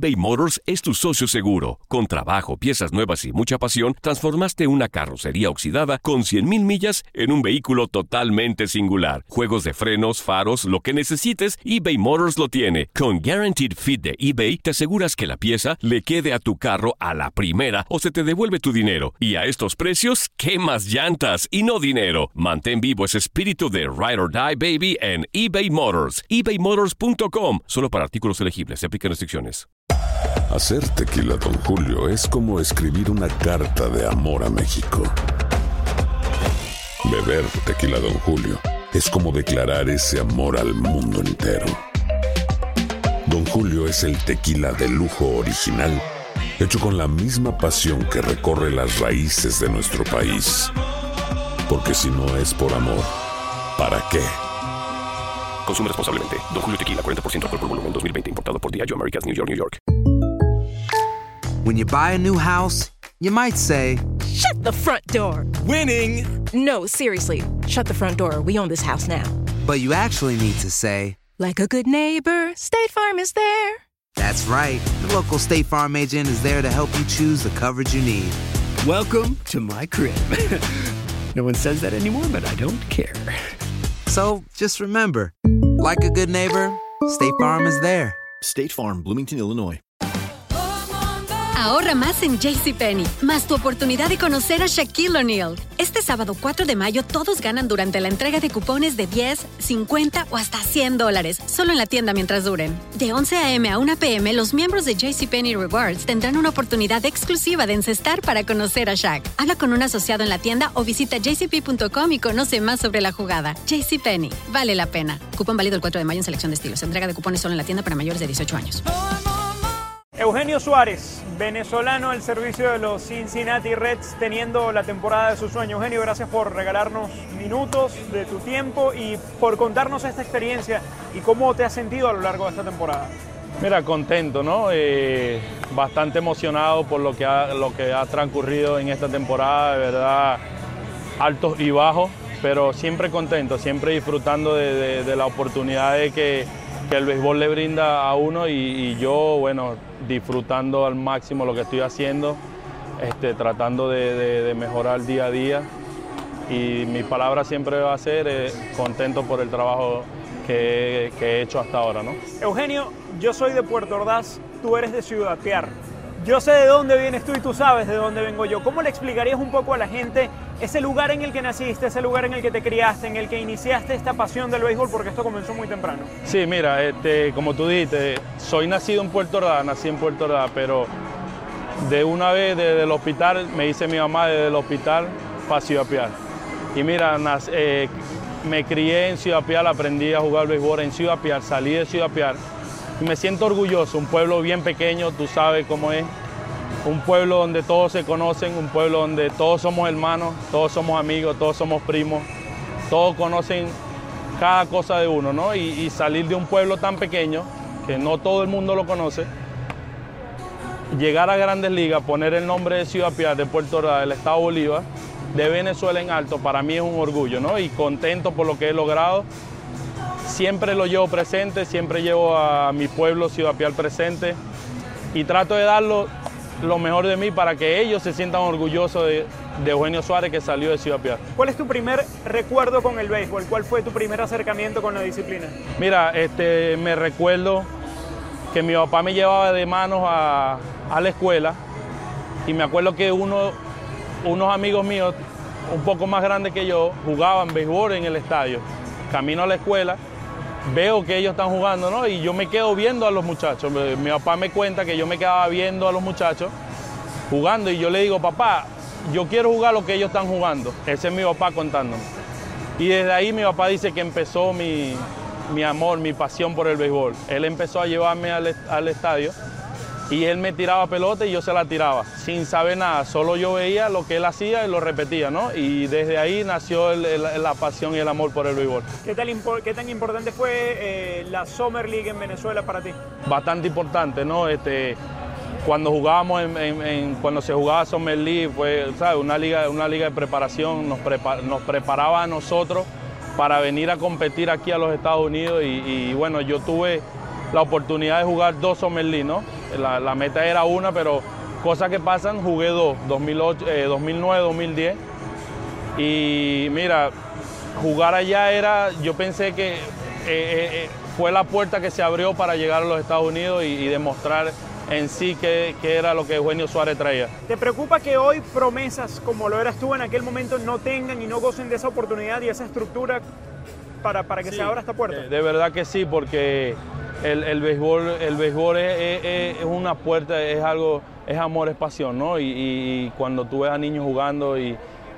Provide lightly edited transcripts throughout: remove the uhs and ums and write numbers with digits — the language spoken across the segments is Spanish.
eBay Motors es tu socio seguro. Con trabajo, piezas nuevas y mucha pasión, transformaste una carrocería oxidada con 100,000 millas en un vehículo totalmente singular. Juegos de frenos, faros, lo que necesites, eBay Motors lo tiene. Con Guaranteed Fit de eBay, te aseguras que la pieza le quede a tu carro a la primera o se te devuelve tu dinero. Y a estos precios, ¿qué más llantas y no dinero? Mantén vivo ese espíritu de Ride or Die, baby, en eBay Motors. ebaymotors.com. Solo para artículos elegibles. Se aplican restricciones. Hacer tequila Don Julio es como escribir una carta de amor a México. Beber tequila Don Julio es como declarar ese amor al mundo entero. Don Julio es el tequila de lujo original, hecho con la misma pasión que recorre las raíces de nuestro país. Porque si no es por amor, ¿para qué? Consume responsablemente. Don Julio Tequila, 40% alcohol por volumen, 2020. Importado por Diageo Americas, New York, New York. When you buy a new house, you might say, "Shut the front door." Winning! No, seriously. Shut the front door. We own this house now. but you actually need to say, like a good neighbor, State Farm is there. That's right. The local State Farm agent is there to help you choose the coverage you need. Welcome to my crib. No one says that anymore, but I don't care. So just remember, like a good neighbor, State Farm is there. State Farm, Bloomington, Illinois. Ahorra más en JCPenney, más tu oportunidad de conocer a Shaquille O'Neal. Este sábado 4 de mayo todos ganan durante la entrega de cupones de $10, $50 o hasta $100, solo en la tienda mientras duren. De 11 a.m. a 1 p.m., los miembros de JCPenney Rewards tendrán una oportunidad exclusiva de encestar para conocer a Shaq. Habla con un asociado en la tienda o visita jcp.com y conoce más sobre la jugada. JCPenney, vale la pena. Cupón válido el 4 de mayo en selección de estilos. Entrega de cupones solo en la tienda para mayores de 18 años. Eugenio Suárez, venezolano al servicio de los Cincinnati Reds, teniendo la temporada de su sueño. Eugenio, gracias por regalarnos minutos de tu tiempo y por contarnos esta experiencia y cómo te has sentido a lo largo de esta temporada. Mira, contento, ¿no? Bastante emocionado por lo que ha transcurrido en esta temporada, de verdad, altos y bajos, pero siempre contento, siempre disfrutando de la oportunidad que el béisbol le brinda a uno y yo, bueno, disfrutando al máximo lo que estoy haciendo, tratando de mejorar día a día. Y mi palabra siempre va a ser contento por el trabajo que he hecho hasta ahora, ¿no? Eugenio, yo soy de Puerto Ordaz, tú eres de Ciudad Piar. Yo sé de dónde vienes tú y tú sabes de dónde vengo yo. ¿Cómo le explicarías un poco a la gente ese lugar en el que naciste, ese lugar en el que te criaste, en el que iniciaste esta pasión del béisbol? Porque esto comenzó muy temprano. Sí, mira, como tú dijiste, soy nacido en Puerto Ordaz, nací en Puerto Ordaz, pero de una vez desde el hospital, me hice mi mamá desde el hospital para Ciudad Piar. Y mira, me crié en Ciudad Piar, aprendí a jugar béisbol en Ciudad Piar, salí de Ciudad Piar. Y me siento orgulloso, un pueblo bien pequeño, tú sabes cómo es, un pueblo donde todos se conocen, un pueblo donde todos somos hermanos, todos somos amigos, todos somos primos, todos conocen cada cosa de uno, ¿no? Y salir de un pueblo tan pequeño, que no todo el mundo lo conoce, llegar a Grandes Ligas, poner el nombre de Ciudad Piar, de Puerto Ordaz, del estado Bolívar, de Venezuela en alto, para mí es un orgullo, ¿no? Y contento por lo que he logrado. Siempre lo llevo presente, siempre llevo a mi pueblo, Ciudad Piar, presente y trato de dar lo mejor de mí para que ellos se sientan orgullosos de Eugenio Suárez, que salió de Ciudad Piar. ¿Cuál es tu primer recuerdo con el béisbol? ¿Cuál fue tu primer acercamiento con la disciplina? Mira, me recuerdo que mi papá me llevaba de manos a la escuela y me acuerdo que unos amigos míos, un poco más grandes que yo, jugaban béisbol en el estadio. Camino a la escuela, veo que ellos están jugando, ¿no? Y yo me quedo viendo a los muchachos. Mi papá me cuenta que yo me quedaba viendo a los muchachos jugando y yo le digo, papá, yo quiero jugar lo que ellos están jugando. Ese es mi papá contándome. Y desde ahí mi papá dice que empezó mi amor, mi pasión por el béisbol. Él empezó a llevarme al estadio y él me tiraba pelota y yo se la tiraba, sin saber nada. Solo yo veía lo que él hacía y lo repetía, ¿no? Y desde ahí nació la pasión y el amor por el béisbol. ¿Qué tan importante fue la Summer League en Venezuela para ti? Bastante importante, ¿no? Cuando jugábamos, cuando se jugaba Summer League, fue, ¿sabes? Una liga de preparación, nos preparaba a nosotros para venir a competir aquí a los Estados Unidos y bueno, yo tuve la oportunidad de jugar 2 Summer League, ¿no? La meta era una, pero cosas que pasan, jugué dos, 2009, 2010. Y mira, jugar allá yo pensé que fue la puerta que se abrió para llegar a los Estados Unidos y demostrar en sí qué era lo que Eugenio Suárez traía. ¿Te preocupa que hoy promesas como lo eras tú en aquel momento no tengan y no gocen de esa oportunidad y esa estructura para que se abra esta puerta? De verdad que sí, porque el béisbol es una puerta, es algo, es amor, es pasión, ¿no? Y cuando tú ves a niños jugando y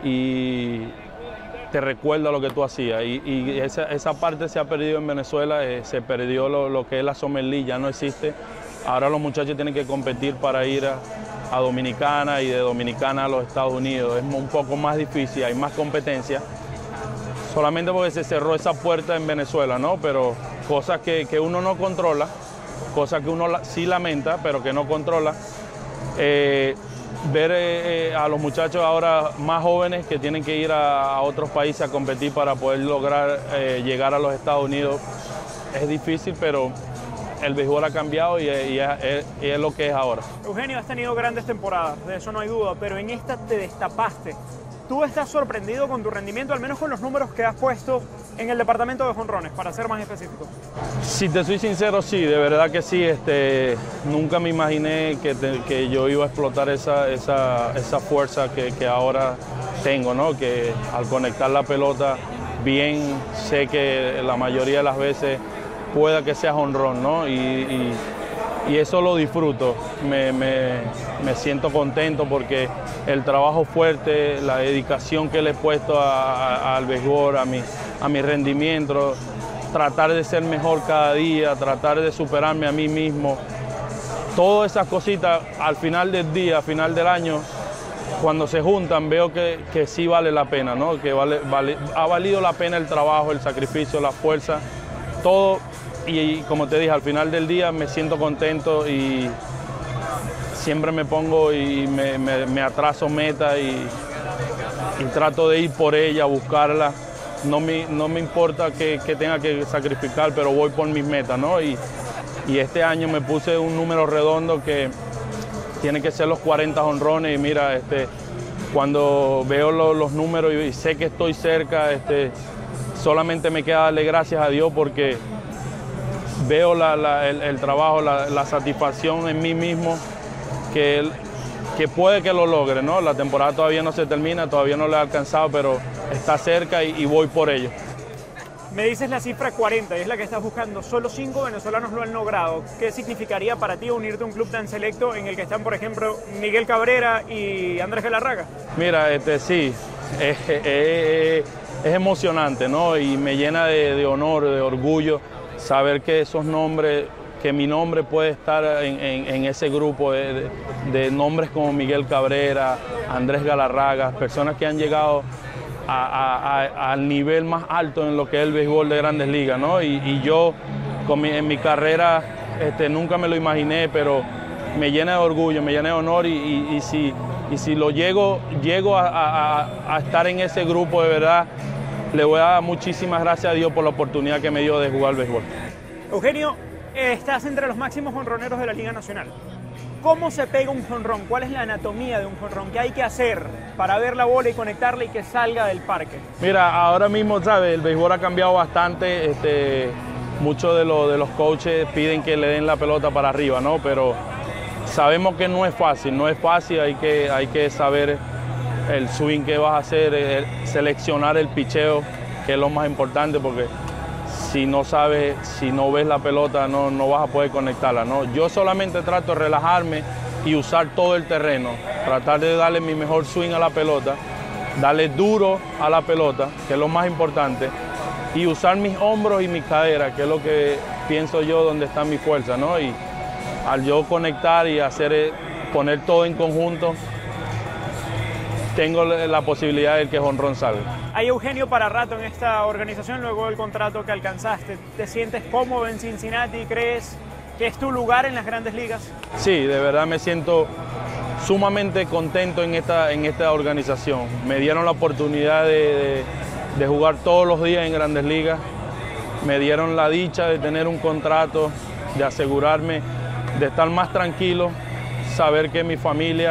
te recuerda lo que tú hacías. Y esa parte se ha perdido en Venezuela, se perdió lo que es la Summer League, ya no existe. Ahora los muchachos tienen que competir para ir a Dominicana y de Dominicana a los Estados Unidos. Es un poco más difícil, hay más competencia, solamente porque se cerró esa puerta en Venezuela, ¿no? Pero cosas que uno no controla, cosas que uno sí lamenta, pero que no controla. Ver a los muchachos ahora más jóvenes que tienen que ir a otros países a competir para poder lograr llegar a los Estados Unidos es difícil, pero el béisbol ha cambiado y es lo que es ahora. Eugenio, has tenido grandes temporadas, de eso no hay duda, pero en esta te destapaste. ¿Tú estás sorprendido con tu rendimiento, al menos con los números que has puesto en el departamento de jonrones, para ser más específico? Si te soy sincero, sí, de verdad que sí. Nunca me imaginé que yo iba a explotar esa fuerza que ahora tengo, ¿no? Que al conectar la pelota bien, sé que la mayoría de las veces pueda que sea jonrón, ¿no? Y eso lo disfruto, me siento contento porque el trabajo fuerte, la dedicación que le he puesto al béisbol, a mi rendimiento, tratar de ser mejor cada día, tratar de superarme a mí mismo, todas esas cositas al final del día, al final del año, cuando se juntan veo que sí vale la pena, ¿no? Que ha valido la pena el trabajo, el sacrificio, la fuerza, todo. Y como te dije, al final del día me siento contento y siempre me pongo y me atraso meta y trato de ir por ella, buscarla. No me importa que tenga que sacrificar, pero voy por mis metas, ¿no? Y este año me puse un número redondo que tiene que ser los 40 jonrones. Y mira, cuando veo los números y sé que estoy cerca, solamente me queda darle gracias a Dios porque veo el trabajo, la satisfacción en mí mismo, que puede que lo logre, ¿no? La temporada todavía no se termina, todavía no lo he alcanzado, pero está cerca y voy por ello. Me dices la cifra 40 y es la que estás buscando. Solo 5 venezolanos lo han logrado. ¿Qué significaría para ti unirte a un club tan selecto en el que están, por ejemplo, Miguel Cabrera y Andrés Galarraga? Mira, sí, es emocionante, ¿no? Y me llena de honor, de orgullo saber que esos nombres, que mi nombre puede estar en ese grupo de nombres como Miguel Cabrera, Andrés Galarraga, personas que han llegado al nivel más alto en lo que es el béisbol de Grandes Ligas, ¿no? Y yo en mi carrera nunca me lo imaginé, pero me llena de orgullo, me llena de honor y si lo llego a estar en ese grupo de verdad, le voy a dar muchísimas gracias a Dios por la oportunidad que me dio de jugar béisbol. Eugenio, estás entre los máximos jonroneros de la Liga Nacional. ¿Cómo se pega un jonrón? ¿Cuál es la anatomía de un jonrón? ¿Qué hay que hacer para ver la bola y conectarla y que salga del parque? Mira, ahora mismo, ¿sabes? El béisbol ha cambiado bastante. Muchos de los coaches piden que le den la pelota para arriba, ¿no? Pero sabemos que no es fácil, hay que saber el swing que vas a hacer, seleccionar el picheo, que es lo más importante, porque si no sabes, si no ves la pelota, no vas a poder conectarla, ¿no? Yo solamente trato de relajarme y usar todo el terreno, tratar de darle mi mejor swing a la pelota, darle duro a la pelota, que es lo más importante, y usar mis hombros y mis caderas, que es lo que pienso yo donde está mi fuerza, ¿no? Y al yo conectar y poner todo en conjunto, tengo la posibilidad de que jonrón salga. Hay Eugenio para rato en esta organización luego del contrato que alcanzaste. ¿Te sientes cómodo en Cincinnati? ¿Crees que es tu lugar en las Grandes Ligas? Sí, de verdad me siento sumamente contento en esta organización. Me dieron la oportunidad de jugar todos los días en Grandes Ligas. Me dieron la dicha de tener un contrato, de asegurarme de estar más tranquilo, saber que mi familia,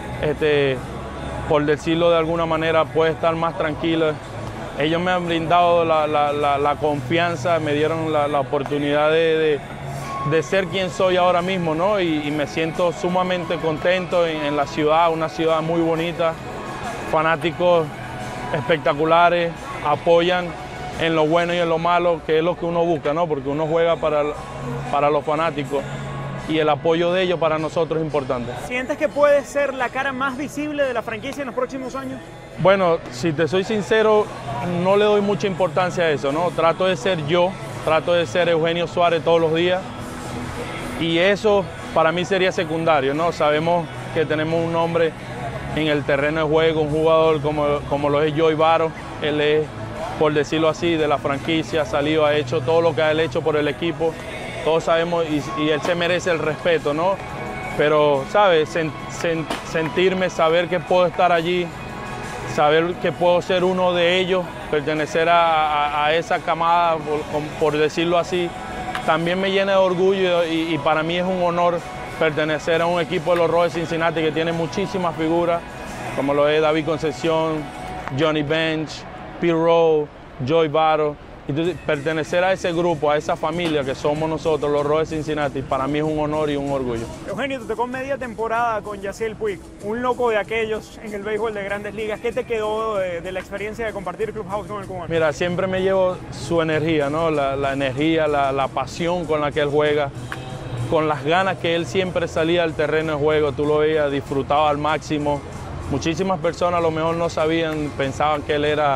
por decirlo de alguna manera, puede estar más tranquila. Ellos me han brindado la confianza, me dieron la oportunidad de ser quien soy ahora mismo, ¿no? Y me siento sumamente contento en la ciudad, una ciudad muy bonita, fanáticos espectaculares, apoyan en lo bueno y en lo malo, que es lo que uno busca, ¿no? Porque uno juega para los fanáticos y el apoyo de ellos para nosotros es importante. ¿Sientes que puedes ser la cara más visible de la franquicia en los próximos años? Bueno, si te soy sincero, no le doy mucha importancia a eso, ¿no? Trato de ser yo, trato de ser Eugenio Suárez todos los días y eso para mí sería secundario, ¿no? Sabemos que tenemos un hombre en el terreno de juego, un jugador como lo es Joey Varo. Él es, por decirlo así, de la franquicia, ha salido, ha hecho todo lo que ha hecho por el equipo. Todos sabemos y él se merece el respeto, ¿no? Pero, ¿sabes? Sentirme, saber que puedo estar allí, saber que puedo ser uno de ellos, pertenecer a esa camada, por decirlo así, también me llena de orgullo y para mí es un honor pertenecer a un equipo de los Rojos de Cincinnati que tiene muchísimas figuras, como lo es David Concepción, Johnny Bench, Pete Rose, Joey Varo. Entonces, pertenecer a ese grupo, a esa familia que somos nosotros, los Rojos de Cincinnati, para mí es un honor y un orgullo. Eugenio, te tocó media temporada con Yasiel Puig, un loco de aquellos en el béisbol de Grandes Ligas. ¿Qué te quedó de la experiencia de compartir clubhouse con el cubano? Mira, siempre me llevo su energía, ¿no? La energía, la pasión con la que él juega, con las ganas que él siempre salía al terreno de juego. Tú lo veías, disfrutaba al máximo. Muchísimas personas a lo mejor no sabían, pensaban que él era...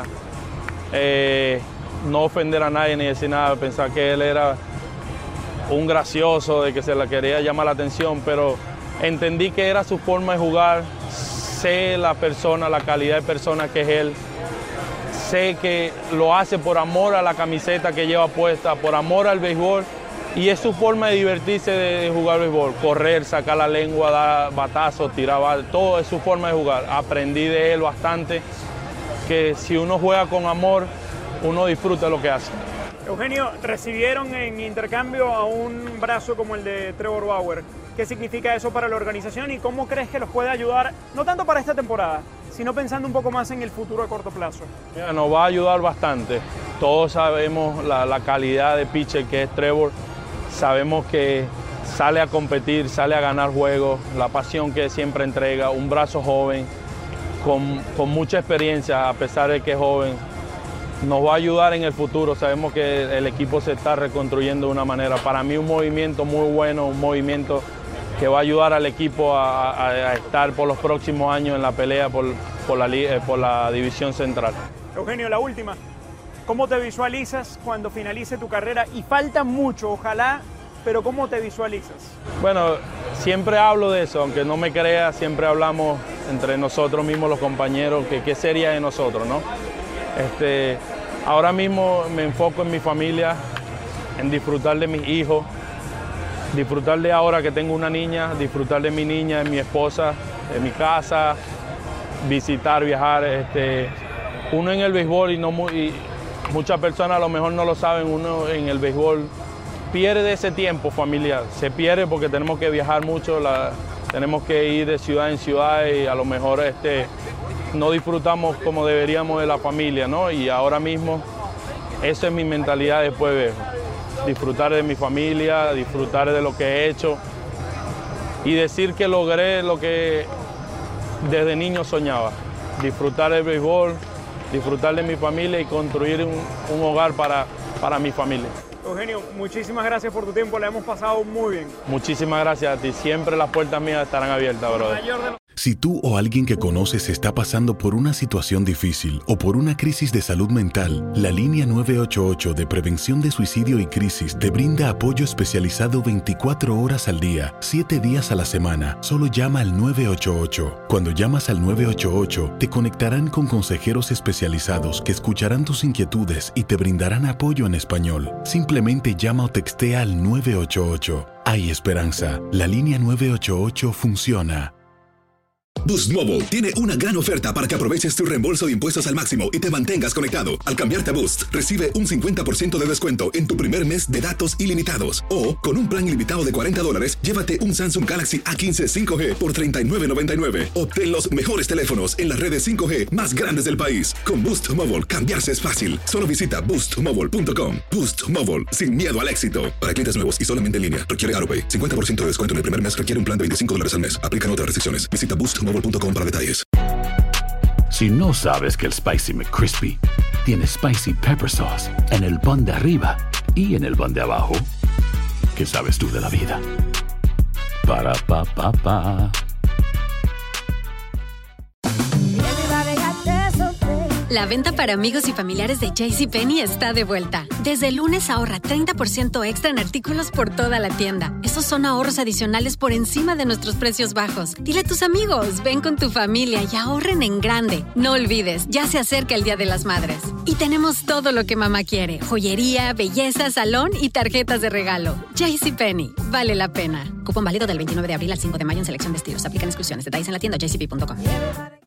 no ofender a nadie ni decir nada, pensar que él era un gracioso, de que se le quería llamar la atención, pero entendí que era su forma de jugar, sé la persona, la calidad de persona que es él, sé que lo hace por amor a la camiseta que lleva puesta, por amor al béisbol, y es su forma de divertirse de jugar béisbol, correr, sacar la lengua, dar batazos, tirar, todo es su forma de jugar. Aprendí de él bastante, que si uno juega con amor, uno disfruta lo que hace. Eugenio, recibieron en intercambio a un brazo como el de Trevor Bauer. ¿Qué significa eso para la organización y cómo crees que los puede ayudar, no tanto para esta temporada, sino pensando un poco más en el futuro a corto plazo? Mira, nos va a ayudar bastante. Todos sabemos la calidad de pitcher que es Trevor. Sabemos que sale a competir, sale a ganar juegos, la pasión que siempre entrega, un brazo joven, con mucha experiencia a pesar de que es joven. Nos va a ayudar en el futuro, sabemos que el equipo se está reconstruyendo de una manera. Para mí un movimiento muy bueno, un movimiento que va a ayudar al equipo a estar por los próximos años en la pelea por la división central. Eugenio, la última. ¿Cómo te visualizas cuando finalice tu carrera? Y falta mucho, ojalá, pero ¿cómo te visualizas? Bueno, siempre hablo de eso, aunque no me creas, siempre hablamos entre nosotros mismos los compañeros, que qué sería de nosotros, ¿no? Ahora mismo me enfoco en mi familia, en disfrutar de mis hijos, disfrutar de ahora que tengo una niña, disfrutar de mi niña, de mi esposa, de mi casa, visitar, viajar. Uno en el béisbol y muchas personas a lo mejor no lo saben, uno en el béisbol pierde ese tiempo familiar, se pierde porque tenemos que viajar mucho, tenemos que ir de ciudad en ciudad y a lo mejor no disfrutamos como deberíamos de la familia, ¿no? Y ahora mismo, esa es mi mentalidad después de disfrutar de mi familia, disfrutar de lo que he hecho y decir que logré lo que desde niño soñaba, disfrutar del béisbol, disfrutar de mi familia y construir un hogar para mi familia. Eugenio, muchísimas gracias por tu tiempo, la hemos pasado muy bien. Muchísimas gracias a ti, siempre las puertas mías estarán abiertas, brother. Si tú o alguien que conoces está pasando por una situación difícil o por una crisis de salud mental, la línea 988 de Prevención de Suicidio y Crisis te brinda apoyo especializado 24 horas al día, 7 días a la semana. Solo llama al 988. Cuando llamas al 988, te conectarán con consejeros especializados que escucharán tus inquietudes y te brindarán apoyo en español. Simplemente llama o textea al 988. Hay esperanza. La línea 988 funciona. Boost Mobile tiene una gran oferta para que aproveches tu reembolso de impuestos al máximo y te mantengas conectado. Al cambiarte a Boost, recibe un 50% de descuento en tu primer mes de datos ilimitados. O, con un plan ilimitado de $40, llévate un Samsung Galaxy A15 5G por $39.99. Obtén los mejores teléfonos en las redes 5G más grandes del país. Con Boost Mobile, cambiarse es fácil. Solo visita boostmobile.com. Boost Mobile, sin miedo al éxito. Para clientes nuevos y solamente en línea, requiere AutoPay. 50% de descuento en el primer mes requiere un plan de $25 al mes. Aplican otras restricciones. Visita boostmobile.com para detalles. Si no sabes que el Spicy McCrispy tiene Spicy Pepper Sauce en el pan de arriba y en el pan de abajo, ¿qué sabes tú de la vida? Para, pa, pa, pa. La venta para amigos y familiares de JCPenney está de vuelta. Desde el lunes ahorra 30% extra en artículos por toda la tienda. Esos son ahorros adicionales por encima de nuestros precios bajos. Dile a tus amigos, ven con tu familia y ahorren en grande. No olvides, ya se acerca el Día de las Madres. Y tenemos todo lo que mamá quiere. Joyería, belleza, salón y tarjetas de regalo. JCPenney, vale la pena. Cupón válido del 29 de abril al 5 de mayo en selección de estilos. Aplican exclusiones. Detalles en la tienda jcp.com.